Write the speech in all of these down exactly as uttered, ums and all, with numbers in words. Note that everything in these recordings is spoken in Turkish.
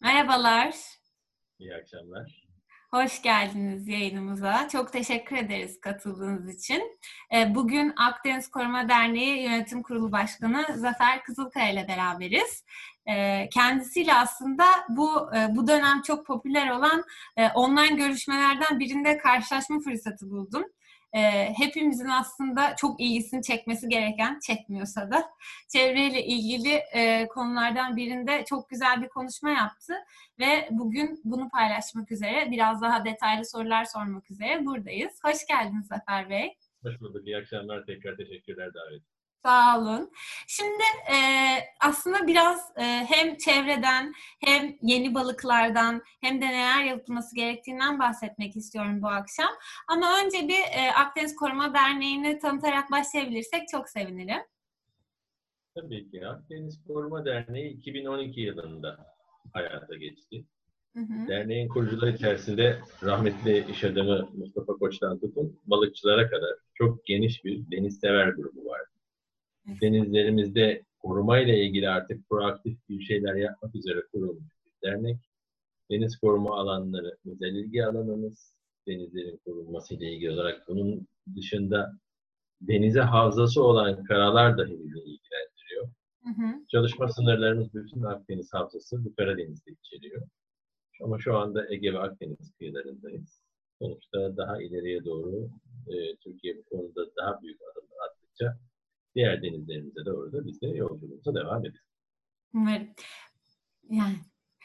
Merhabalar, İyi akşamlar. hoş geldiniz yayınımıza. Çok teşekkür ederiz katıldığınız için. Eee, Bugün Akdeniz Koruma Derneği Yönetim Kurulu Başkanı Zafer Kızılkaya ile beraberiz. Eee, Kendisiyle aslında bu eee, bu dönem çok popüler olan eee, online görüşmelerden birinde karşılaşma fırsatı buldum. Eee, Hepimizin aslında çok ilgisini çekmesi gereken, çekmiyorsa da çevreyle ilgili eee, konulardan birinde çok güzel bir konuşma yaptı. Ve bugün bunu paylaşmak üzere, biraz daha detaylı sorular sormak üzere buradayız. Hoş geldiniz Zafer Bey. Hoş bulduk. İyi akşamlar. Tekrar teşekkürler davet. Sağ olun. Şimdi e, aslında biraz e, hem çevreden hem yeni balıklardan hem de neler yapılması gerektiğinden bahsetmek istiyorum bu akşam. Ama önce bir e, Akdeniz Koruma Derneği'ni tanıtarak başlayabilirsek çok sevinirim. Tabii ki Akdeniz Koruma Derneği iki bin on iki yılında hayata geçti. Hı hı. Derneğin kurucuları içerisinde rahmetli iş adamı Mustafa Koç'tan tutun balıkçılara kadar çok geniş bir deniz sever grubu var. Denizlerimizde korumayla ilgili artık proaktif bir şeyler yapmak üzere kurulmuş bir dernek. Deniz koruma alanları özel ilgi alanımız. Denizlerin korunması ile ilgili olarak bunun dışında denize havzası olan karalar dahi bizi ilgilendiriyor. Hı hı. Çalışma sınırlarımız bütün Akdeniz havzası, bu Karadeniz'de içeriyor. Ama şu anda Ege ve Akdeniz kıyılarındayız. Sonuçta daha ileriye doğru e, Türkiye bu konuda daha büyük adımlar attıkça diğer denizlerimize doğru da biz de yolculuğumuza devam edeceğiz. Umarım. Yani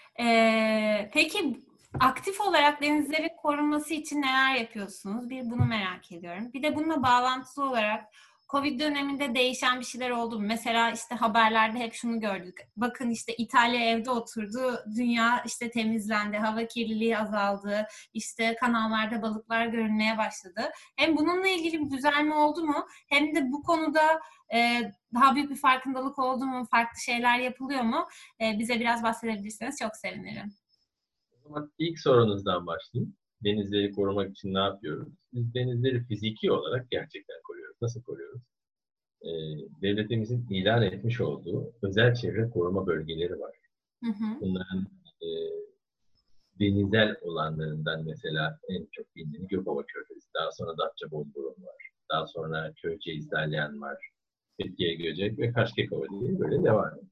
Ee, peki aktif olarak denizlerin korunması için neler yapıyorsunuz? Bir bunu merak ediyorum. Bir de bununla bağlantılı olarak Covid döneminde değişen bir şeyler oldu mu? Mesela işte haberlerde hep şunu gördük. Bakın işte İtalya evde oturdu, dünya işte temizlendi, hava kirliliği azaldı, işte kanallarda balıklar görünmeye başladı. Hem bununla ilgili bir düzelme oldu mu? Hem de bu konuda e, daha büyük bir farkındalık oldu mu? Farklı şeyler yapılıyor mu? Ee, bize biraz bahsedebilirseniz çok sevinirim. O zaman ilk sorunuzdan başlayayım. Denizleri korumak için ne yapıyoruz? Biz denizleri fiziki olarak gerçekten koruyoruz. Nasıl koruyoruz? Ee, Devletimizin ilan etmiş olduğu özel çevre koruma bölgeleri var. Hı hı. Bunların e, denizel olanlarından mesela en çok bildiğini Gökova Körfezi. Daha sonra Datça-Bozburun var. Daha sonra Köyceğiz-Dalyan var. Fethiye Göcek ve Kaşkekova diye böyle devam ediyor.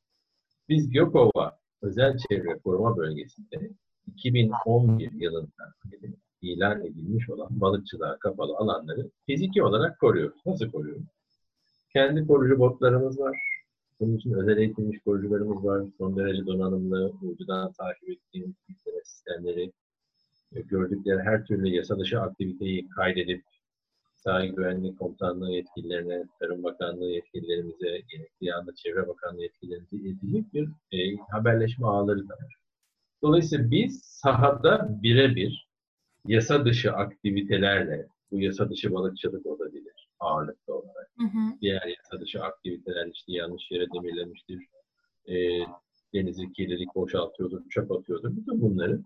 Biz Gökova Özel Çevre Koruma Bölgesi'nde iki bin on bir yılında ilan edilmiş olan balıkçılığa kapalı alanları fiziki olarak koruyoruz. Nasıl koruyoruz? Kendi korucu botlarımız var. Bunun için özel eğitilmiş korucularımız var. Son derece donanımlı, uydudan takip ettiğimiz izleme sistemleri, gördükleri her türlü yasa dışı aktiviteyi kaydedip Sahil Güvenlik Komutanlığı yetkililerine, Tarım Bakanlığı yetkililerimize, gerekli yanda Çevre Bakanlığı yetkililerimize iletecek bir e, haberleşme ağları da var. Dolayısıyla biz sahada birebir yasa dışı aktivitelerle, bu yasa dışı balıkçılık olabilir ağırlıklı olarak. Hı hı. Diğer yasa dışı aktiviteler işte yanlış yere demirlemiştir, e, denizi kirlilik boşaltıyordur, çöp atıyordur. Bütün bunların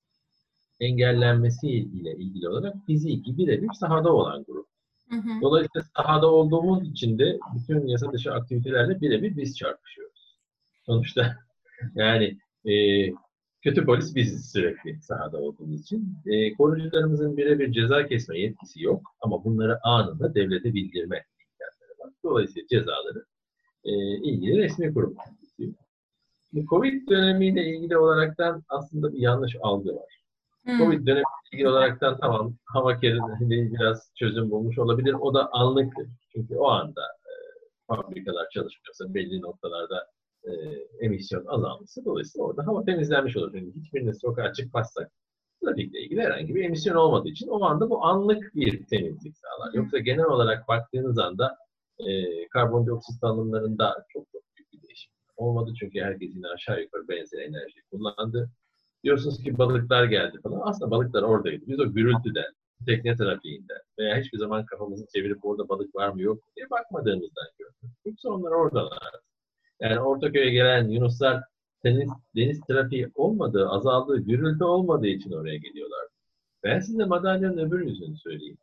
engellenmesi ile ilgili olarak fiziki birebir sahada olan grup. Hı hı. Dolayısıyla sahada olduğumuz için de bütün yasa dışı aktivitelerle birebir biz çarpışıyoruz. Sonuçta yani e, kötü polis biziz sürekli sahada olduğumuz için. E, korucularımızın birebir ceza kesme yetkisi yok ama bunları anında devlete bildirme imkanları var. Dolayısıyla cezaları e, ilgili resmi kurum kesiyor. Covid dönemiyle ilgili olaraktan aslında bir yanlış algı var. Hı. Covid dönemiyle ilgili olaraktan tamam hava kirliliği biraz çözüm bulmuş olabilir. O da anlıktır. Çünkü o anda e, fabrikalar çalışmıyorsa belli noktalarda e, emisyon azalmışsa dolayısıyla orada hava temizlenmiş olur. Çünkü hiçbiriniz sokağa çıkmazsak trafikle ilgili herhangi bir emisyon olmadığı için o anda bu anlık bir temizlik sağlar. Hı. Yoksa genel olarak baktığınız anda e, karbondioksit salımlarında çok çok büyük bir değişim olmadı. Çünkü herkes yine aşağı yukarı benzer enerji kullandı. Diyorsunuz ki balıklar geldi falan. Aslında balıklar oradaydı. Biz o gürültüden, tekne trafiğinden veya hiçbir zaman kafamızı çevirip orada balık var mı yok mu diye bakmadığımızdan gördük. Yoksa onlar oradalar. Yani Ortaköy'e gelen Yunuslar deniz, deniz trafiği olmadığı, azaldığı, gürültü olmadığı için oraya geliyorlar. Ben size madalyonun öbür yüzünü söyleyeyim.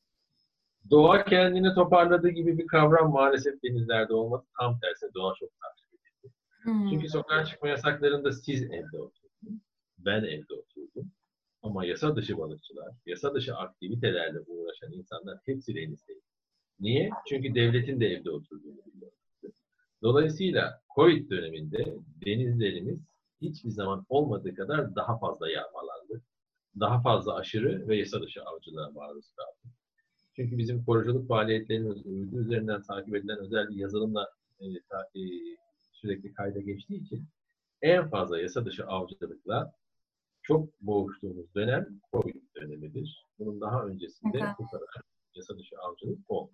Doğa kendini toparladığı gibi bir kavram maalesef denizlerde olmadı. Tam tersi doğa çok takip edildi. Hmm. Çünkü sokağa çıkma yasaklarında siz evde oturdunuz, ben evde oturdum. Ama yasa dışı balıkçılar, yasa dışı aktivitelerle uğraşan insanlar hepsi denizdeydi. Niye? Çünkü devletin de evde oturduğunu biliyorlar. Dolayısıyla Covid döneminde denizlerimiz hiçbir zaman olmadığı kadar daha fazla yağmalandı. Daha fazla aşırı ve yasa dışı avcılığa maruz kaldı. Çünkü bizim koruculuk faaliyetlerimiz uydu üzerinden takip edilen özel bir yazılımla e, ta, e, sürekli kayda geçtiği için en fazla yasa dışı avcılıkla çok boğuştuğumuz dönem Covid dönemidir. Bunun daha öncesinde Evet. bu kadar yasa dışı avcılık olmadı.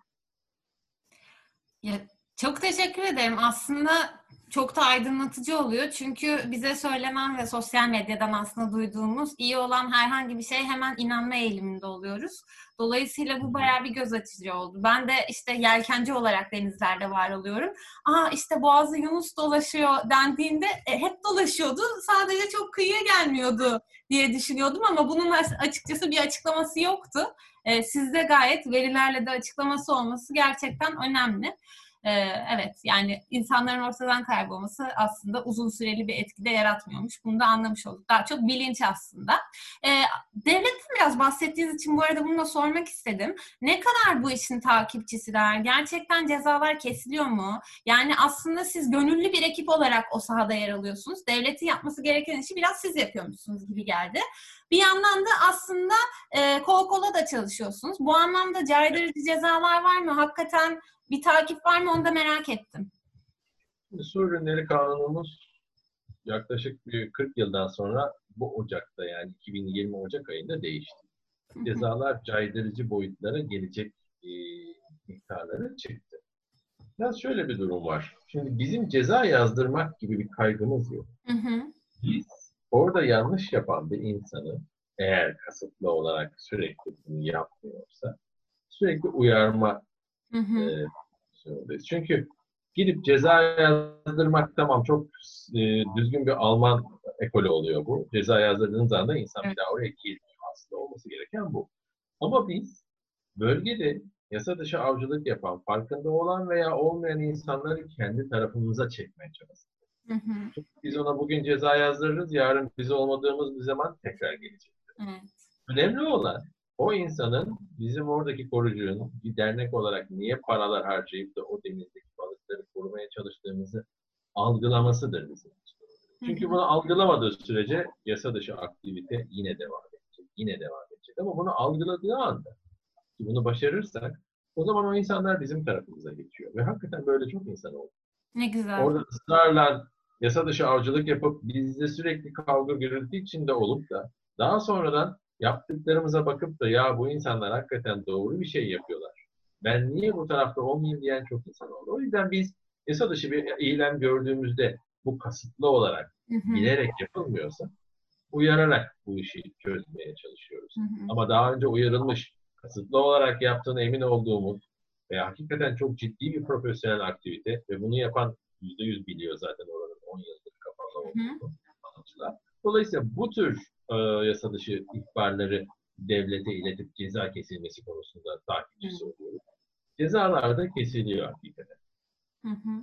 Ya, çok teşekkür ederim. Aslında çok da aydınlatıcı oluyor. Çünkü bize söylenen ve sosyal medyadan aslında duyduğumuz iyi olan herhangi bir şey hemen inanma eğiliminde oluyoruz. Dolayısıyla bu bayağı bir göz açıcı oldu. Ben de işte yelkenci olarak denizlerde var oluyorum. Aa işte Boğaz'da Yunus dolaşıyor dendiğinde e, hep dolaşıyordu. Sadece çok kıyıya gelmiyordu diye düşünüyordum ama bunun açıkçası bir açıklaması yoktu. E, sizde gayet verilerle de açıklaması olması gerçekten önemli. Ee, evet, yani insanların ortadan kaybolması aslında uzun süreli bir etki de yaratmıyormuş. Bunu da anlamış olduk. Daha çok bilinç aslında. Ee, devletten biraz bahsettiğiniz için bu arada bunu da sormak istedim. Ne kadar bu işin takipçisiler? Gerçekten cezalar kesiliyor mu? Yani aslında siz gönüllü bir ekip olarak o sahada yer alıyorsunuz. Devletin yapması gereken işi biraz siz yapıyormuşsunuz gibi geldi. Bir yandan da aslında e, kol kola da çalışıyorsunuz. Bu anlamda caydırıcı cezalar var mı? Hakikaten bir takip var mı? Onu da merak ettim. Şimdi su ürünleri kanunumuz yaklaşık bir kırk yıldan sonra bu Ocak'ta yani iki bin yirmi Ocak ayında değişti. Cezalar caydırıcı boyutlara gelecek e, miktarlara çıktı. Biraz şöyle bir durum var. Şimdi bizim ceza yazdırmak gibi bir kaygımız yok. Hı hı. Biz orada yanlış yapan bir insanı eğer kasıtlı olarak sürekli bunu yapmıyorsa sürekli uyarma Hı hı. e, zorundayız. Çünkü gidip ceza yazdırmak tamam çok e, düzgün bir Alman ekolü oluyor bu. Ceza yazdırdığınız anda insan Evet. bir daha oraya girmiyor. Aslında olması gereken bu. Ama biz bölgede yasa dışı avcılık yapan, farkında olan veya olmayan insanları kendi tarafımıza çekmeye çalışıyoruz. Hı hı. Çünkü biz ona bugün ceza yazdırırız, yarın biz olmadığımız bir zaman tekrar gelecek. Evet. Önemli olan o insanın bizim oradaki korucunun bir dernek olarak niye paralar harcayıp da o denizdeki balıkları korumaya çalıştığımızı algılamasıdır bizim için. Hı Çünkü hı. bunu algılamadığı sürece yasa dışı aktivite yine devam edecek, yine devam edecek. Ama bunu algıladığı anda, ki bunu başarırsak, o zaman o insanlar bizim tarafımıza geçiyor. Ve hakikaten böyle çok insan oldu. Ne güzel. Orada ısrarla yasa dışı avcılık yapıp bizde sürekli kavga gürültü içinde olup da daha sonradan yaptıklarımıza bakıp da ya bu insanlar hakikaten doğru bir şey yapıyorlar. Ben niye bu tarafta olmayayım diyen çok insan oldu. O yüzden biz yasa dışı bir eylem gördüğümüzde bu kasıtlı olarak Hı hı. bilerek yapılmıyorsa uyararak bu işi çözmeye çalışıyoruz. Hı hı. Ama daha önce uyarılmış, kasıtlı olarak yaptığına emin olduğumuz ve hakikaten çok ciddi bir profesyonel aktivite ve bunu yapan yüzde yüz biliyor zaten oranın on yıldır kapalı Hı hı. olduğunu sanatçılar. Dolayısıyla bu tür e, yasa dışı ihbarları devlete iletip ceza kesilmesi konusunda takipçisi oluyoruz. Cezalar da kesiliyor hakikaten. Hı hı.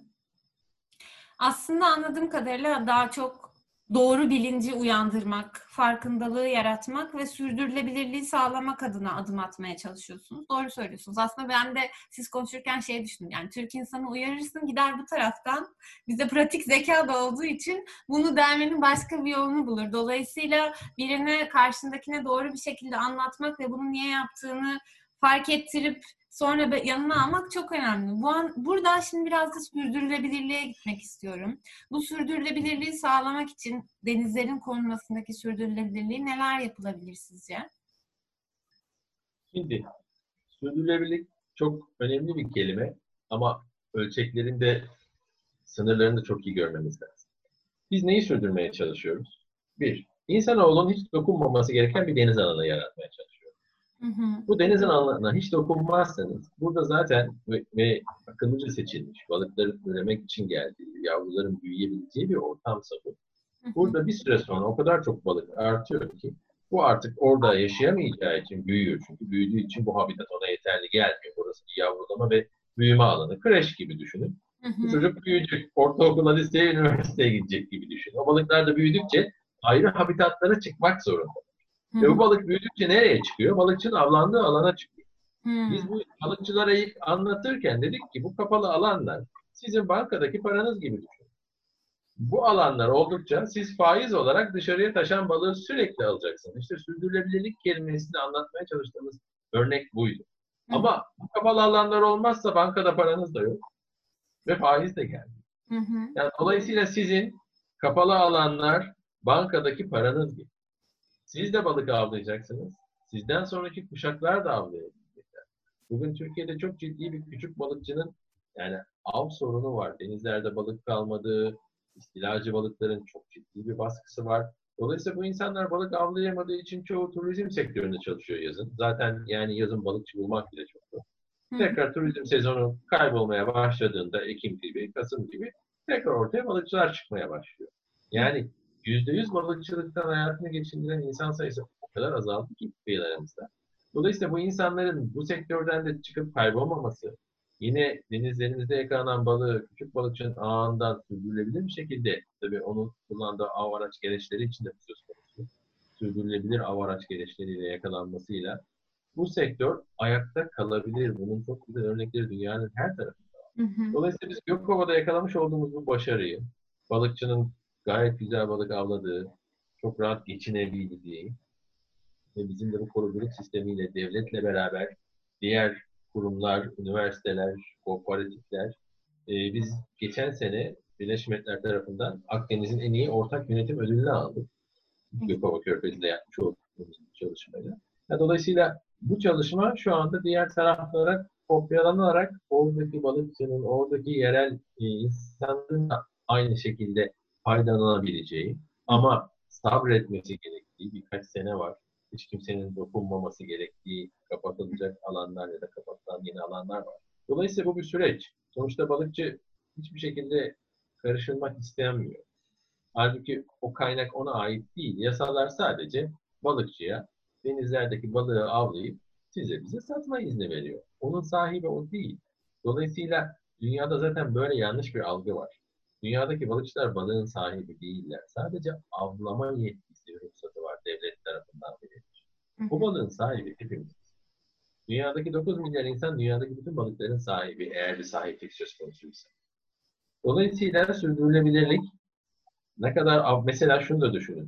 Aslında anladığım kadarıyla daha çok doğru bilinci uyandırmak, farkındalığı yaratmak ve sürdürülebilirliği sağlamak adına adım atmaya çalışıyorsunuz. Doğru söylüyorsunuz. Aslında ben de siz konuşurken şey düşündüm. Yani Türk insanı uyarırsın gider bu taraftan. Bizde pratik zeka da olduğu için bunu dermenin başka bir yolunu bulur. Dolayısıyla birine karşındakine doğru bir şekilde anlatmak ve bunu niye yaptığını fark ettirip sonra yanına almak çok önemli. Bu an, burada şimdi biraz da sürdürülebilirliğe gitmek istiyorum. Bu sürdürülebilirliği sağlamak için denizlerin korunmasındaki sürdürülebilirliği neler yapılabilir sizce? Şimdi sürdürülebilirlik çok önemli bir kelime ama ölçeklerinde sınırlarını çok iyi görmemiz lazım. Biz neyi sürdürmeye çalışıyoruz? Bir, insanoğlunun hiç dokunmaması gereken bir deniz alanı yaratmaya çalışıyoruz. Hı hı. Bu deniz alanına hiç dokunmazsanız, burada zaten ve, ve akıllıca seçilmiş, balıkların üremek için geldiği, yavruların büyüyebileceği bir ortamsa bu. Hı hı. Burada bir süre sonra o kadar çok balık artıyor ki, bu artık orada yaşayamayacağı için büyüyor. Çünkü büyüdüğü için bu habitat ona yeterli gelmiyor. Burası bir yavrulama ve büyüme alanı. Kreş gibi düşünün. Hı Bu hı. çocuk büyüyecek. Ortaokula, liseye, üniversiteye gidecek gibi düşün. O balıklar da büyüdükçe ayrı habitatlara çıkmak zorunda. Hı Ve bu hı. balık büyüdükçe nereye çıkıyor? Balıkçının avlandığı alana çıkıyor. Hı Biz bu balıkçılara ilk anlatırken dedik ki bu kapalı alanlar sizin bankadaki paranız gibi düşünün. Bu alanlar oldukça siz faiz olarak dışarıya taşan balığı sürekli alacaksınız. İşte sürdürülebilirlik kelimesini anlatmaya çalıştığımız örnek buydu. hı. Ama bu kapalı alanlar olmazsa bankada paranız da yok ve faiz de gelmiyor. Hı hı. Yani dolayısıyla sizin kapalı alanlar bankadaki paranız gibi. Siz de balık avlayacaksınız. Sizden sonraki kuşaklar da avlayabilecekler. Bugün Türkiye'de çok ciddi bir küçük balıkçının yani av sorunu var. Denizlerde balık kalmadı, istilacı balıkların çok ciddi bir baskısı var. Dolayısıyla bu insanlar balık avlayamadığı için çoğu turizm sektöründe çalışıyor yazın. Zaten yani yazın balıkçı bulmak bile çok zor. Hı hı. Tekrar turizm sezonu kaybolmaya başladığında Ekim gibi, Kasım gibi tekrar ortaya balıkçılar çıkmaya başlıyor. Yani yüzde yüz balıkçılıktan hayatını geçindiren insan sayısı o kadar azaldı ki kıyılarımızda. Dolayısıyla bu insanların bu sektörden de çıkıp kaybolmaması, yine denizlerimizde yakalanan balığı küçük balıkçının ağından sürdürülebilir bir şekilde, tabii onun kullandığı av araç gereçleri için de söz konusu, sürdürülebilir av araç gereçleriyle yakalanmasıyla bu sektör ayakta kalabilir. Bunun çok güzel örnekleri dünyanın her tarafında. Hı hı. Dolayısıyla biz Gökkova'da yakalamış olduğumuz bu başarıyı, balıkçının gayet güzel balık avladığı, çok rahat geçinebildiği ve bizim de bu koruculuk sistemiyle, devletle beraber diğer kurumlar, üniversiteler, kooperatifler, e, biz geçen sene Birleşmiş Milletler tarafından Akdeniz'in en iyi ortak yönetim ödülünü aldık. Gökova Körfezi'nde yapmış olduğumuz çalışmayla. Ya, dolayısıyla bu çalışma şu anda diğer taraflara kopyalanarak oradaki balıkçının, oradaki yerel e, insanların da aynı şekilde faydalanabileceği ama sabretmesi gerektiği birkaç sene var. Hiç kimsenin dokunmaması gerektiği kapatılacak alanlar ya da kapatılan yeni alanlar var. Dolayısıyla bu bir süreç. Sonuçta balıkçı hiçbir şekilde karışılmak istemiyor. Halbuki o kaynak ona ait değil. Yasalar sadece balıkçıya denizlerdeki balığı avlayıp size bize satma izni veriyor. Onun sahibi o değil. Dolayısıyla dünyada zaten böyle yanlış bir algı var. Dünyadaki balıkçılar balığın sahibi değiller. Sadece avlama yetkisi ve ruhsatı var devlet tarafından verilmiş. Bu balığın sahibi hepimiz. Dünyadaki dokuz milyar insan dünyadaki bütün balıkların sahibi eğer bir sahiplik söz konusuysa. Dolayısıyla sürdürülebilirlik ne kadar av, mesela şunu da düşünün.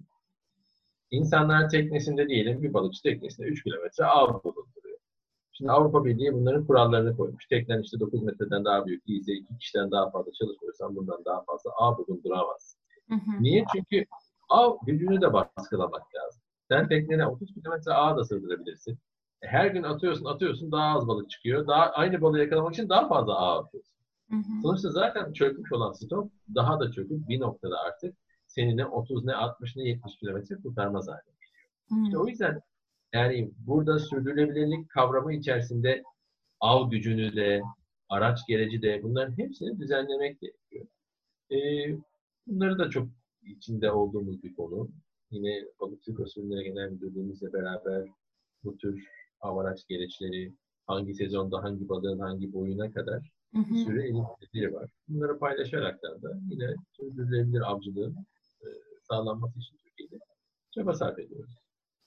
İnsanlar teknesinde diyelim bir balıkçı teknesinde üç kilometre av bulunduruyor. Şimdi Avrupa Birliği bunların kurallarını koymuş. Teknen işte dokuz metreden daha büyük değilse, iki kişiden daha fazla çalışmıyorsan bundan daha fazla av bulunduramazsın. Hı hı. Niye? Çünkü av gücünü de baskılamak lazım. Sen teknene otuz kilometre ağ da sığdırabilirsin. E, Her gün atıyorsun atıyorsun daha az balık çıkıyor. Daha aynı balığı yakalamak için daha fazla ağ atıyorsun. Hı hı. Sonuçta zaten çökmüş olan stok daha da çöküp bir noktada artık seni ne otuz ne altmış ne yetmiş kilometre kurtarmaz hale. Hı. İşte o yüzden yani burada sürdürülebilirlik kavramı içerisinde av gücünü de, araç gereci de bunların hepsini düzenlemek gerekiyor. Ee, bunları da çok içinde olduğumuz bir konu. Yine Balıkçılık Usulü'ne Genel Müdürlüğümüzle beraber bu tür av araç gereçleri hangi sezonda hangi balığın hangi boyuna kadar Hı hı. bir sürü elimizdeleri var. Bunları paylaşarak da yine sürdürülebilir avcılığın e, sağlanması için Türkiye'de çaba sarf ediyoruz.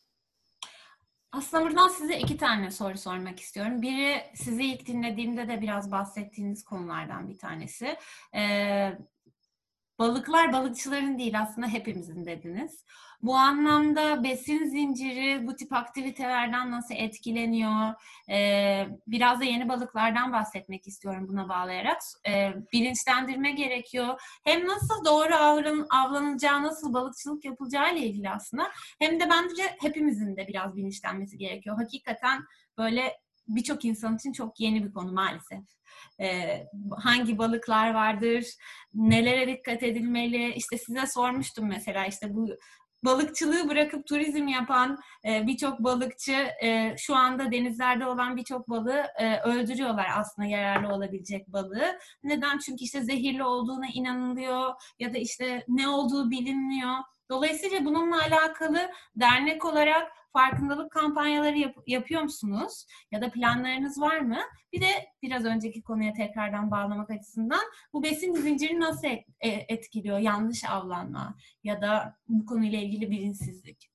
Aslında buradan size iki tane soru sormak istiyorum. Biri sizi ilk dinlediğimde de biraz bahsettiğiniz konulardan bir tanesi. Ee, balıklar balıkçıların değil aslında hepimizin dediniz. Bu anlamda besin zinciri bu tip aktivitelerden nasıl etkileniyor? Ee, biraz da yeni balıklardan bahsetmek istiyorum buna bağlayarak. Ee, bilinçlendirme gerekiyor. Hem nasıl doğru avlan, avlanacağı, nasıl balıkçılık yapılacağı ile ilgili aslında. Hem de bence hepimizin de biraz bilinçlenmesi gerekiyor. Hakikaten böyle birçok insan için çok yeni bir konu maalesef. Ee, hangi balıklar vardır, nelere dikkat edilmeli? İşte size sormuştum mesela işte bu balıkçılığı bırakıp turizm yapan e, birçok balıkçı e, şu anda denizlerde olan birçok balığı e, öldürüyorlar aslında yararlı olabilecek balığı. Neden? Çünkü işte zehirli olduğuna inanılıyor ya da işte ne olduğu bilinmiyor. Dolayısıyla bununla alakalı dernek olarak farkındalık kampanyaları yap- yapıyor musunuz? Ya da planlarınız var mı? Bir de biraz önceki konuya tekrardan bağlamak açısından bu besin zincirini nasıl et- e- etkiliyor? Yanlış avlanma ya da bu konuyla ilgili bilinçsizlik.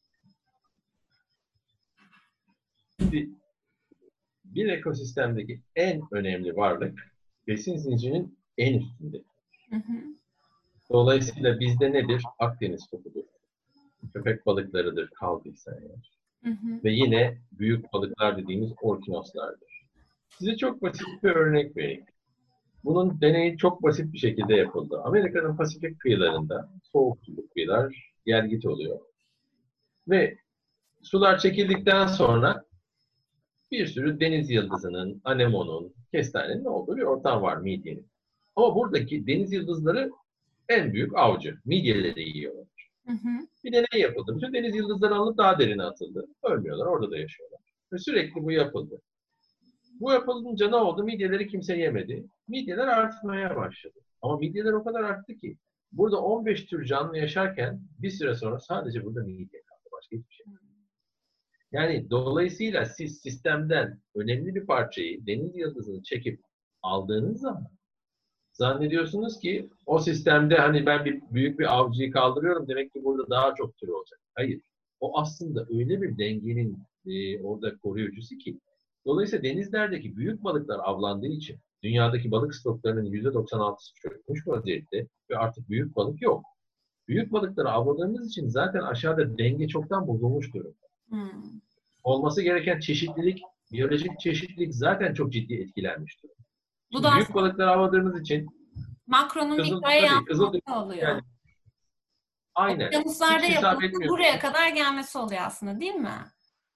Bir, bir ekosistemdeki en önemli varlık besin zincirinin en üstünde. Hı hı. Dolayısıyla bizde nedir? Akdeniz topudur. Köpek balıklarıdır kaldıysa eğer. Hı hı. Ve yine büyük balıklar dediğimiz orkinoslardır. Size çok basit bir örnek vereyim. Bunun deneyi çok basit bir şekilde yapıldı. Amerika'nın Pasifik kıyılarında soğuk sulu kıyılar yergit oluyor. Ve sular çekildikten sonra bir sürü deniz yıldızının, anemonun, kestanenin olduğu bir ortam var midyenin. Ama buradaki deniz yıldızları en büyük avcı. Midyeleri yiyorlar. Hı hı. Bir deney yapıldı. Bütün deniz yıldızları alınıp daha derine atıldı. Ölmüyorlar, orada da yaşıyorlar. Ve sürekli bu yapıldı. Bu yapılınca ne oldu? Midyeleri kimse yemedi. Midyeler artmaya başladı. Ama midyeler o kadar arttı ki burada on beş tür canlı yaşarken bir süre sonra sadece burada midye kaldı. Başka hiçbir şey. Yani dolayısıyla siz sistemden önemli bir parçayı, deniz yıldızını çekip aldığınız zaman zannediyorsunuz ki o sistemde hani ben bir büyük bir avcıyı kaldırıyorum demek ki burada daha çok tür olacak. Hayır. O aslında öyle bir dengenin e, orada koruyucusu ki. Dolayısıyla denizlerdeki büyük balıklar avlandığı için dünyadaki balık stoklarının yüzde doksan altısı çökmüş vaziyette ve artık büyük balık yok. Büyük balıkları avladığımız için zaten aşağıda denge çoktan bozulmuş durumda. Hmm. Olması gereken çeşitlilik, biyolojik çeşitlilik zaten çok ciddi etkilenmiş durumda. Bu da Şimdi büyük aslında balıkları avladığımız için makronun kızıl, mikroya tabii kızıl yansıması oluyor. yani aynen. Okyanuslarda Hiç hesap yapılanın buraya etmiyorsunuz. kadar gelmesi oluyor aslında, değil mi?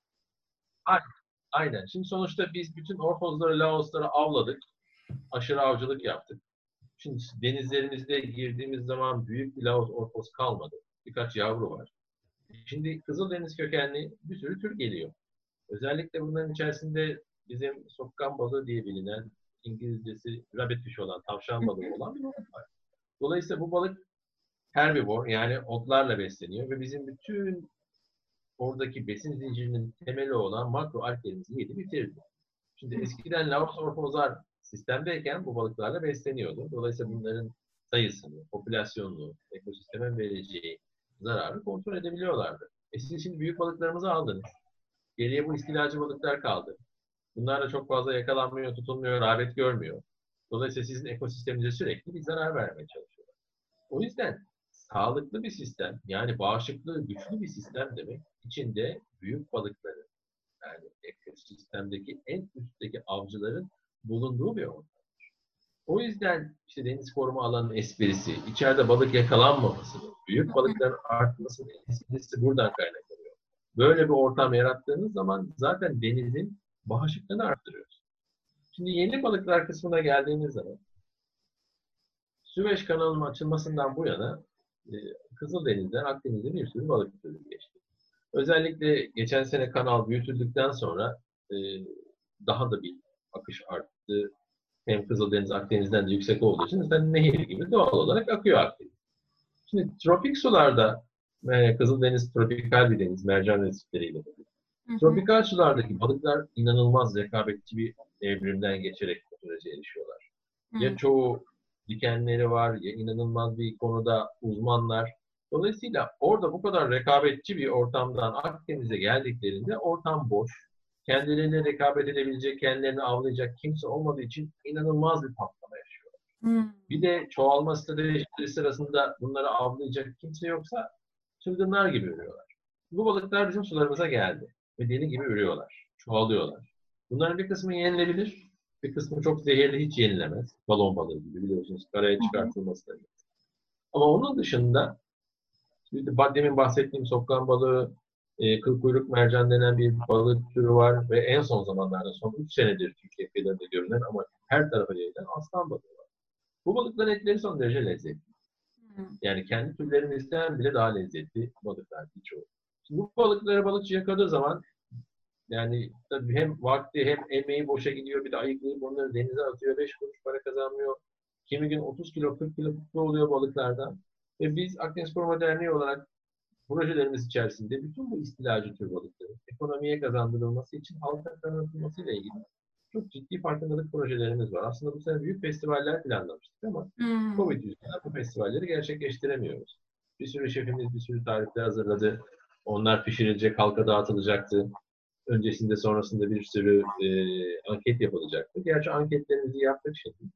Aynen. Şimdi sonuçta biz bütün ortozları, laosları avladık. Aşırı avcılık yaptık. Şimdi denizlerimizde girdiğimiz zaman büyük bir laos ortoz kalmadı. Birkaç yavru var. Şimdi Kızıldeniz kökenli bir sürü tür geliyor. Özellikle bunların içerisinde bizim sokkan balığı diye bilinen, İngilizcesi rabbitfish olan, tavşan balığı olan bir balık var. Dolayısıyla bu balık herbivor, yani otlarla besleniyor ve bizim bütün oradaki besin zincirinin temeli olan makro alglerimizi yedi bitirdi. Şimdi eskiden Laos ortozlar sistemdeyken bu balıklarla besleniyordu. Dolayısıyla bunların sayısını, popülasyonunu, ekosisteme vereceği zararı kontrol edebiliyorlardı. E siz şimdi büyük balıklarımızı aldınız. Geriye bu istilacı balıklar kaldı. Bunlar da çok fazla yakalanmıyor, tutulmuyor, rağbet görmüyor. Dolayısıyla sizin ekosisteminize sürekli bir zarar vermeye çalışıyorlar. O yüzden sağlıklı bir sistem, yani bağışıklığı güçlü bir sistem demek, içinde büyük balıkları, yani ekosistemdeki en üstteki avcıların bulunduğu bir ortam. O yüzden işte deniz koruma alanının esprisi, içeride balık yakalanmaması, büyük balıkların artmasının esprisi buradan kaynaklanıyor. Böyle bir ortam yarattığınız zaman zaten denizin bağışıklığını arttırıyoruz. Şimdi yeni balıklar kısmına geldiğiniz zaman Süveyş kanalının açılmasından bu yana e, Kızıldeniz'den Akdeniz'e bir sürü balık türü geçti. Özellikle geçen sene kanal büyütüldükten sonra e, daha da bir akış arttı. Hem Kızıldeniz Akdeniz'den de yüksek olduğu için zaten nehir gibi doğal olarak akıyor Akdeniz. Şimdi tropik sularda e, Kızıldeniz tropikal bir deniz, mercan resifleriyle. Tropikal sulardaki balıklar inanılmaz rekabetçi bir evrimden geçerek bu sürece erişiyorlar. Ya çoğu dikenleri var, ya inanılmaz bir konuda uzmanlar. Dolayısıyla orada bu kadar rekabetçi bir ortamdan Akdeniz'e geldiklerinde ortam boş. Kendilerine rekabet edebilecek, kendilerini avlayacak kimse olmadığı için inanılmaz bir patlama yaşıyorlar. Hmm. Bir de çoğalma stratejileri sırasında bunları avlayacak kimse yoksa çılgınlar gibi ürüyorlar. Bu balıklar bizim sularımıza geldi ve deli gibi ürüyorlar, çoğalıyorlar. Bunların bir kısmı yenilebilir, bir kısmı çok zehirli, hiç yenilemez. Balon balığı gibi biliyorsunuz, karaya çıkartılması da. Ama onun dışında, şimdi demin bahsettiğim sokkan balığı, e, kıl kuyruk mercan denen bir balık türü var ve en son zamanlarda, son üç senedir Türkiye kıyılarında görünen ama her tarafa yayılan aslan balığı var. Bu balıkların etleri son derece lezzetli. Yani kendi türlerimizden bile daha lezzetli balıklar birçoğu. Şimdi bu balıkları balıkçı yakaladığı zaman yani tabii hem vakti hem emeği boşa gidiyor, bir de ayıklayıp onları denize atıyor, beş kuruş para kazanmıyor. Kimi gün otuz kilo, kırk kilo tutlu oluyor balıklardan. Ve biz Akdeniz Koruma Derneği olarak projelerimiz içerisinde bütün bu istilacı tür balıkların ekonomiye kazandırılması için halka tanıtılması ile ilgili çok ciddi farkındalık projelerimiz var. Aslında bu sene büyük festivaller planlamıştık ama Hmm. Covid yüzünden bu festivalleri gerçekleştiremiyoruz. Bir sürü şefimiz bir sürü tarifler hazırladı. Onlar pişirilecek, halka dağıtılacaktı. Öncesinde sonrasında bir sürü e, anket yapılacaktı. Gerçi anketlerimizi yaptık şimdi.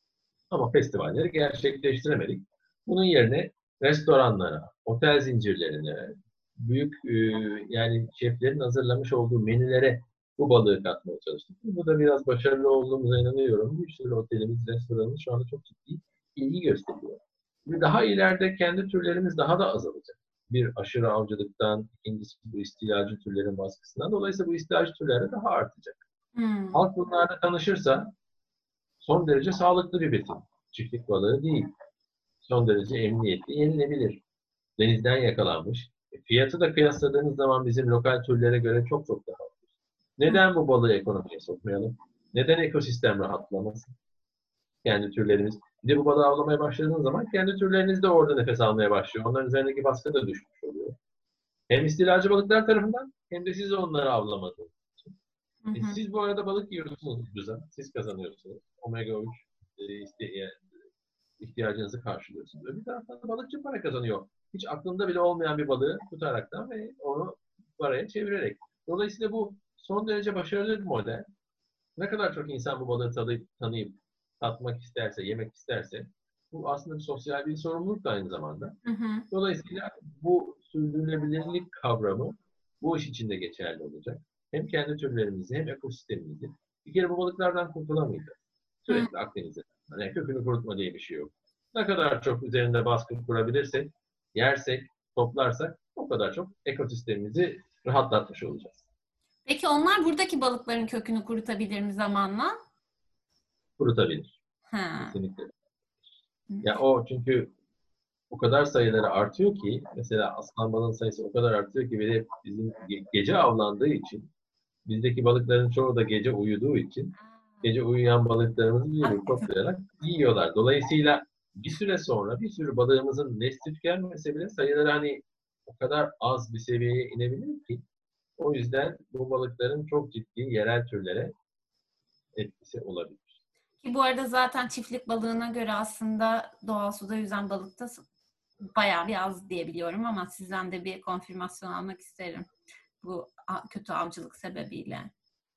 Ama festivalleri gerçekleştiremedik. Bunun yerine restoranlara, otel zincirlerine, büyük e, yani şeflerin hazırlamış olduğu menülere bu balığı katmaya çalıştık. Bu da biraz başarılı olduğumuza inanıyorum. Bir sürü otelimiz, restoranımız şu anda çok ciddi ilgi gösteriyor. Ve daha ileride kendi türlerimiz daha da azalacak. Bir aşırı avcılıktan, ikincisi bu istilacı türlerin baskısından. Dolayısıyla bu istilacı türler de daha artacak. Hmm. Halk bunlarla tanışırsa son derece sağlıklı bir besin. Çiftlik balığı değil. Son derece emniyetli, yenilebilir. Denizden yakalanmış. E, fiyatı da kıyasladığınız zaman bizim lokal türlere göre çok çok daha ucuz. Neden bu balığı ekonomiye sokmayalım? Neden ekosistem rahatlamasın? Kendi türlerimiz. Bir de bu balığı avlamaya başladığınız zaman kendi türleriniz de orada nefes almaya başlıyor. Onların üzerindeki baskı da düşmüş oluyor. Hem istilacı balıklar tarafından hem de siz onları avlamadınız. Hı E, hı. siz bu arada balık yiyorsunuz ucuza. Siz kazanıyorsunuz. Omega üç e, işte, e, ihtiyacınızı karşılıyorsunuz. Öbür taraftan da balıkçı para kazanıyor. Hiç aklında bile olmayan bir balığı tutaraktan ve onu paraya çevirerek. Dolayısıyla bu son derece başarılı bir model. Ne kadar çok insan bu balığı tanıyıp, tanıyıp tatmak isterse, yemek isterse bu aslında bir sosyal bir sorumluluk da aynı zamanda. Hı hı. Dolayısıyla bu sürdürülebilirlik kavramı bu iş için de geçerli olacak. Hem kendi türlerimizi hem ekosistemimizi. Bir kere bu balıklardan kurtulamayacağız. Hı. Sürekli Akdeniz'de. Yani kökünü kurutma diye bir şey yok. Ne kadar çok üzerinde baskı kurabilirsek, yersek, toplarsak o kadar çok ekosistemimizi rahatlatmış olacağız. Peki onlar buradaki balıkların kökünü kurutabilir mi zamanla? Kurutabilir. Ha. Kesinlikle. Ya o çünkü o kadar sayıları artıyor ki mesela aslan balığın sayısı o kadar artıyor ki bir de bizim ge- gece avlandığı için bizdeki balıkların çoğu da gece uyuduğu için gece uyuyan balıklarımızı bir bir toplayarak yiyorlar. Dolayısıyla bir süre sonra bir sürü balığımızın nesli tükenmese bile sayıları hani o kadar az bir seviyeye inebilir ki o yüzden bu balıkların çok ciddi yerel türlere etkisi olabilir. Ki bu arada zaten çiftlik balığına göre aslında doğal suda yüzen balık da bayağı bir az diyebiliyorum ama sizden de bir konfirmasyon almak isterim bu kötü avcılık sebebiyle.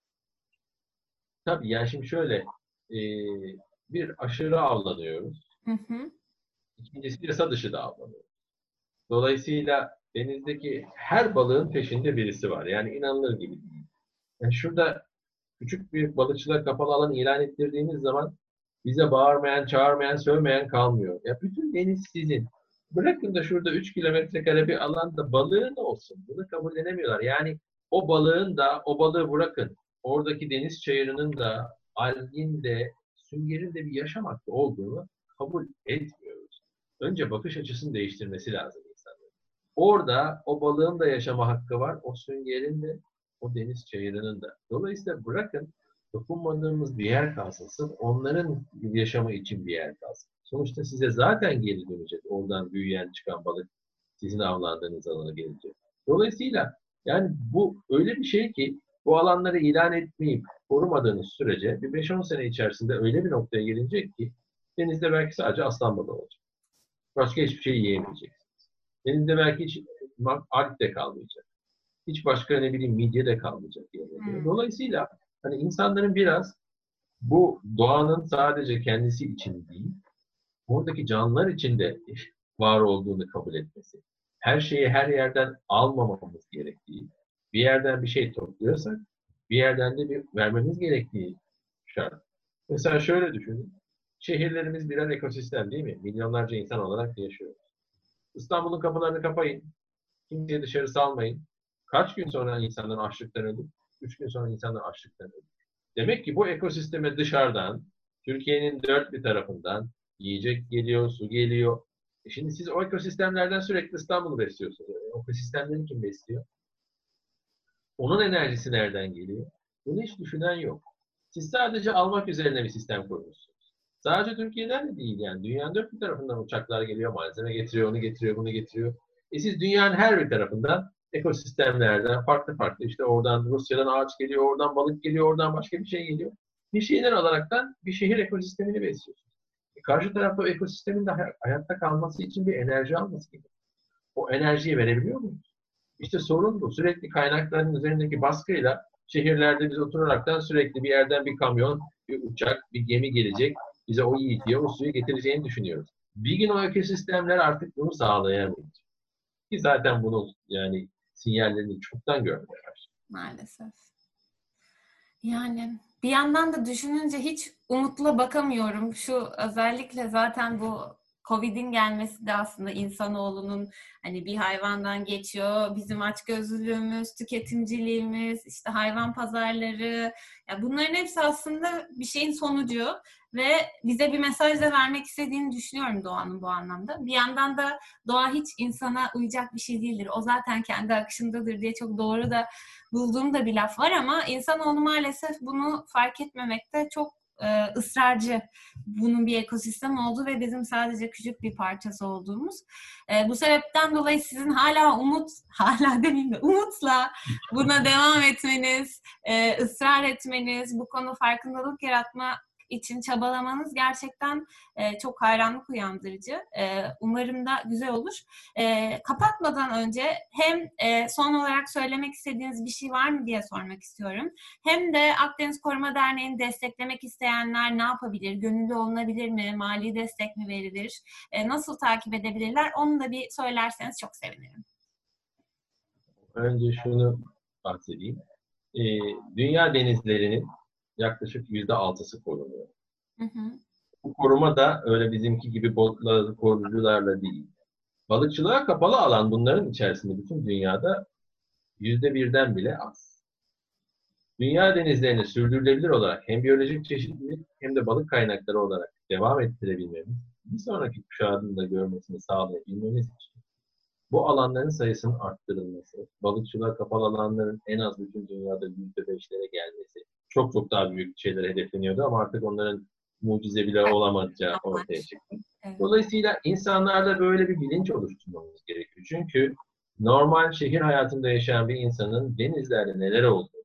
Tabii yani şimdi şöyle e, bir aşırı avlanıyoruz. Hı hı. İkincisi yasa dışı da avlanıyoruz. Dolayısıyla denizdeki her balığın peşinde birisi var. Yani inanılır gibi değil. Yani şurada küçük bir balıkçılar kapalı alan ilan ettirdiğimiz zaman bize bağırmayan, çağırmayan, sövmeyen kalmıyor. Ya bütün deniz sizin. Bırakın da şurada üç kilometre kare bir alanda balığın olsun. Bunu kabullenemiyorlar. Yani o balığın da, o balığı bırakın. Oradaki deniz çayırının da, algin de, süngerin de bir yaşam hakkı olduğunu kabul etmiyoruz. Önce bakış açısını değiştirmesi lazım insanların. Orada o balığın da yaşama hakkı var, o süngerin de, o deniz çayırının da. Dolayısıyla bırakın dokunmadığımız bir yer kalsın. Sırf onların yaşamı için bir yer kalsın. Sonuçta size zaten geri dönecek. Oradan büyüyen çıkan balık sizin avlandığınız alana gelecek. Dolayısıyla yani bu öyle bir şey ki bu alanları ilan etmeyip korumadığınız sürece bir beş on sene içerisinde öyle bir noktaya gelecek ki denizde belki sadece aslan balığı olacak. Başka hiçbir şey yiyemeyeceksiniz. Denizde belki hiç alg de kalmayacak. Hiç başka ne bileyim midye de kalmayacak. Hmm. Dolayısıyla hani insanların biraz bu doğanın sadece kendisi için değil, oradaki canlılar için de var olduğunu kabul etmesi. Her şeyi her yerden almamamız gerektiği, bir yerden bir şey topluyorsak, bir yerden de bir vermemiz gerektiği şart. Mesela şöyle düşünün. Şehirlerimiz birer ekosistem değil mi? Milyonlarca insan olarak yaşıyoruz. İstanbul'un kapılarını kapayın. Kimseyi dışarı salmayın. Kaç gün sonra insanlar açlıktan ölür? Üç gün sonra insanlar açlıktan ölür. Demek ki bu ekosisteme dışarıdan, Türkiye'nin dört bir tarafından yiyecek geliyor, su geliyor. E şimdi siz o ekosistemlerden sürekli İstanbul'u besliyorsunuz. O ekosistemleri kim besliyor? Onun enerjisi nereden geliyor? Bunu hiç düşünen yok. Siz sadece almak üzerine bir sistem kurmuşsunuz. Sadece Türkiye'den de değil yani. Dünyanın dört bir tarafından uçaklar geliyor, malzeme getiriyor, onu getiriyor, bunu getiriyor. E siz dünyanın her bir tarafından ekosistemlerden farklı farklı işte oradan Rusya'dan ağaç geliyor, oradan balık geliyor, oradan başka bir şey geliyor. Bir şeyler alaraktan bir şehir ekosistemini besliyorsunuz. E karşı tarafta o ekosistemin de hayatta kalması için bir enerji alması gerekiyor. O enerjiyi verebiliyor muyuz? İşte sorun bu. Sürekli kaynakların üzerindeki baskıyla şehirlerde biz oturaraktan sürekli bir yerden bir kamyon, bir uçak, bir gemi gelecek. Bize o yiyeceği, o suyu getireceğini düşünüyoruz. Bir gün o ekosistemler artık bunu sağlayamayacak. Ki zaten bunun yani sinyallerini çoktan görmeye başladık. Maalesef. Yani bir yandan da düşününce hiç umutla bakamıyorum. Şu özellikle zaten bu Covid'in gelmesi de aslında insanoğlunun hani bir hayvandan geçiyor. Bizim açgözlülüğümüz, tüketimciliğimiz, işte hayvan pazarları. Ya bunların hepsi aslında bir şeyin sonucu ve bize bir mesaj da vermek istediğini düşünüyorum doğanın bu anlamda. Bir yandan da doğa hiç insana uyacak bir şey değildir. O zaten kendi akışındadır diye çok doğru da bulduğum da bir laf var ama insanoğlu maalesef bunu fark etmemekte çok e, ısrarcı. Bunun bir ekosistem olduğu ve bizim sadece küçük bir parçası olduğumuz. E, bu sebepten dolayı sizin hala umut, hala demeyeyim de umutla buna devam etmeniz, e, ısrar etmeniz, bu konu farkındalık yaratma için çabalamanız gerçekten e, çok hayranlık uyandırıcı. E, umarım da güzel olur. E, kapatmadan önce hem e, son olarak söylemek istediğiniz bir şey var mı diye sormak istiyorum. Hem de Akdeniz Koruma Derneği'ni desteklemek isteyenler ne yapabilir? Gönüllü olunabilir mi? Mali destek mi verilir? E, nasıl takip edebilirler? Onu da bir söylerseniz çok sevinirim. Önce şunu bahsedeyim. Ee, dünya denizlerinin yaklaşık yüzde altısı korunuyor. Hı hı. Bu koruma da öyle bizimki gibi botla, korucularla değil. Balıkçılığa kapalı alan bunların içerisinde bütün dünyada yüzde birden bile az. Dünya denizlerini sürdürülebilir olarak hem biyolojik çeşitlilik hem de balık kaynakları olarak devam ettirebilmemiz, bir sonraki kuşağın da görmesini sağlayabilmemiz için bu alanların sayısının arttırılması, balıkçılığa kapalı alanların en az bütün dünyada yüzde beşlere gelmesi, çok çok daha büyük şeyler hedefleniyordu ama artık onların mucize bile olamayacağı ortaya çıktı. Evet. Dolayısıyla insanlarda böyle bir bilinç oluşturmamız gerekiyor. Çünkü normal şehir hayatında yaşayan bir insanın denizlerde neler olduğu,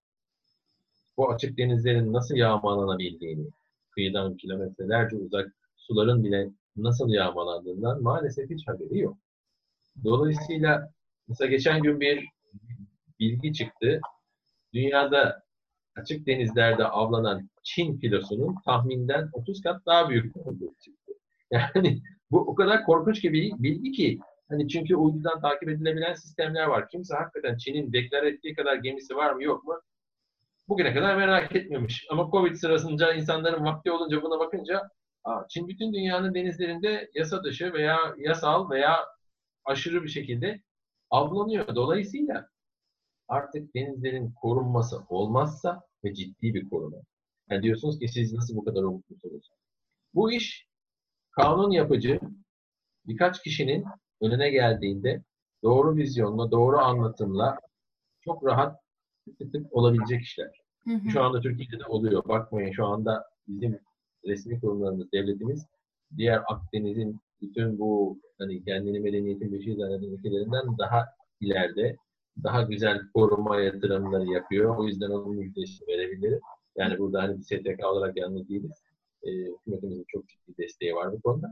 bu açık denizlerin nasıl yağmalanabildiğini, kıyıdan kilometrelerce uzak suların bile nasıl yağmalandığından maalesef hiç haberi yok. Dolayısıyla mesela geçen gün bir bilgi çıktı. Dünyada açık denizlerde avlanan Çin filosunun tahminden otuz kat daha büyük olduğu çıktı. Yani bu o kadar korkunç bir bilgi ki hani çünkü uydudan takip edilebilen sistemler var. Kimse hakikaten Çin'in deklar ettiği kadar gemisi var mı yok mu? Bugüne kadar merak etmemiş. Ama Covid sırasında insanların vakti olunca buna bakınca Aa, Çin bütün dünyanın denizlerinde yasa dışı veya yasal veya aşırı bir şekilde avlanıyor. Dolayısıyla artık denizlerin korunması olmazsa ve ciddi bir koruma. Yani diyorsunuz ki siz nasıl bu kadar umutlusunuz? Bu iş kanun yapıcı birkaç kişinin önüne geldiğinde doğru vizyonla, doğru anlatımla çok rahat tık tık tık olabilecek işler. Hı hı. Şu anda Türkiye'de de oluyor. Bakmayın şu anda bizim resmi kurumlarımız, devletimiz diğer Akdeniz'in bütün bu hani kendini medeniyetin beşiği zanneden ülkelerinden daha ileride, daha güzel koruma yatırımları yapıyor. O yüzden onun müjdesini verebilirim. Yani burada hani bir S T K olarak yalnız değiliz. E, hükümetimizin çok ciddi desteği var bu konuda.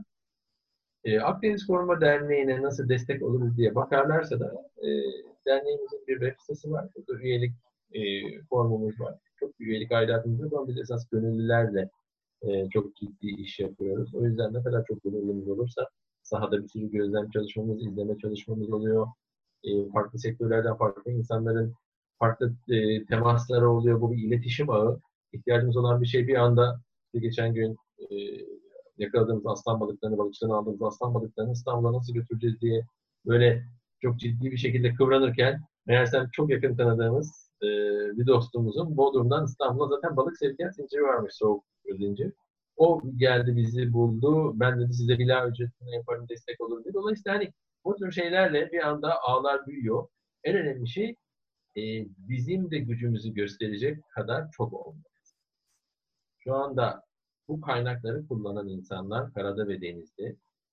E, Akdeniz Koruma Derneği'ne nasıl destek oluruz diye bakarlarsa da e, derneğimizin bir web sitesi var. Burada üyelik e, formumuz var. Çok bir üyelik aidatımız yok ama biz esas gönüllülerle e, çok ciddi iş yapıyoruz. O yüzden ne kadar çok gönüllümüz olursa sahada bir sürü gözlem çalışmamız, izleme çalışmamız oluyor. E, farklı sektörlerden farklı insanların farklı e, temasları oluyor. Bu bir iletişim ağı. İhtiyacımız olan bir şey bir anda işte geçen gün e, yakaladığımız aslan balıklarını, balıkçıdan aldığımız aslan balıklarını İstanbul'a nasıl götüreceğiz diye böyle çok ciddi bir şekilde kıvranırken meğersem çok yakın tanıdığımız e, bir dostumuzun Bodrum'dan İstanbul'a zaten balık sevkiyat zinciri varmış, soğuk zincir. O geldi bizi buldu. Ben dedi size bila ücretine yaparım, destek olur diye. Dolayısıyla hani bu tür şeylerle bir anda ağlar büyüyor. En önemli şey e, bizim de gücümüzü gösterecek kadar çok olmak. Şu anda bu kaynakları kullanan insanlar karada ve denizde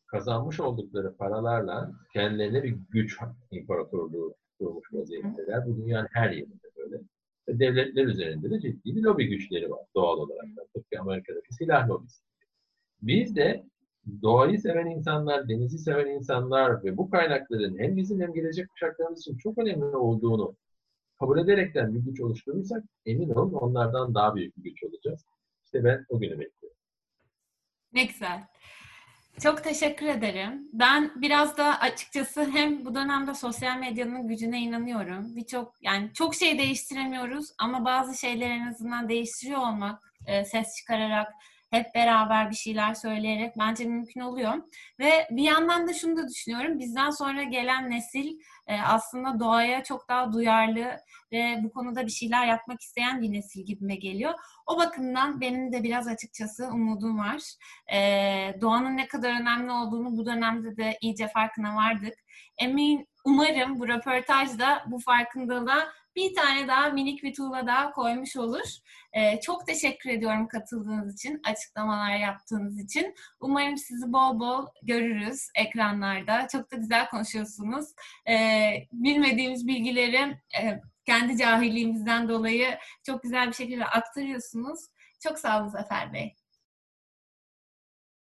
kazanmış oldukları paralarla kendilerine bir güç imparatorluğu kurmuş vaziyetteler. Bu dünyanın her yerinde böyle. Ve devletler üzerinde de ciddi bir lobi güçleri var doğal olarak da. Tıpkı Amerika'daki silah lobisi. Biz de doğayı seven insanlar, denizi seven insanlar ve bu kaynakların hem bizim hem gelecek kuşaklarımız için çok önemli olduğunu kabul ederekten bir güç oluşturursak emin olun onlardan daha büyük bir güç olacağız. İşte ben o günü bekliyorum. Ne güzel. Çok teşekkür ederim. Ben biraz da açıkçası hem bu dönemde sosyal medyanın gücüne inanıyorum. Birçok yani çok şey değiştiremiyoruz ama bazı şeyleri en azından değiştiriyor olmak, e, ses çıkararak, hep beraber bir şeyler söyleyerek bence mümkün oluyor. Ve bir yandan da şunu da düşünüyorum. Bizden sonra gelen nesil e, aslında doğaya çok daha duyarlı ve bu konuda bir şeyler yapmak isteyen bir nesil gibime geliyor. O bakımdan benim de biraz açıkçası umudum var. Ee, doğanın ne kadar önemli olduğunu bu dönemde de iyice farkına vardık. Emin, umarım bu röportajda bu farkındalığa bir tane daha minik bir tuğla daha koymuş olur. Ee, çok teşekkür ediyorum katıldığınız için, açıklamalar yaptığınız için. Umarım sizi bol bol görürüz ekranlarda. Çok da güzel konuşuyorsunuz. Ee, bilmediğimiz bilgileri e, kendi cahilliğimizden dolayı çok güzel bir şekilde aktarıyorsunuz. Çok sağ olun Zafer Bey.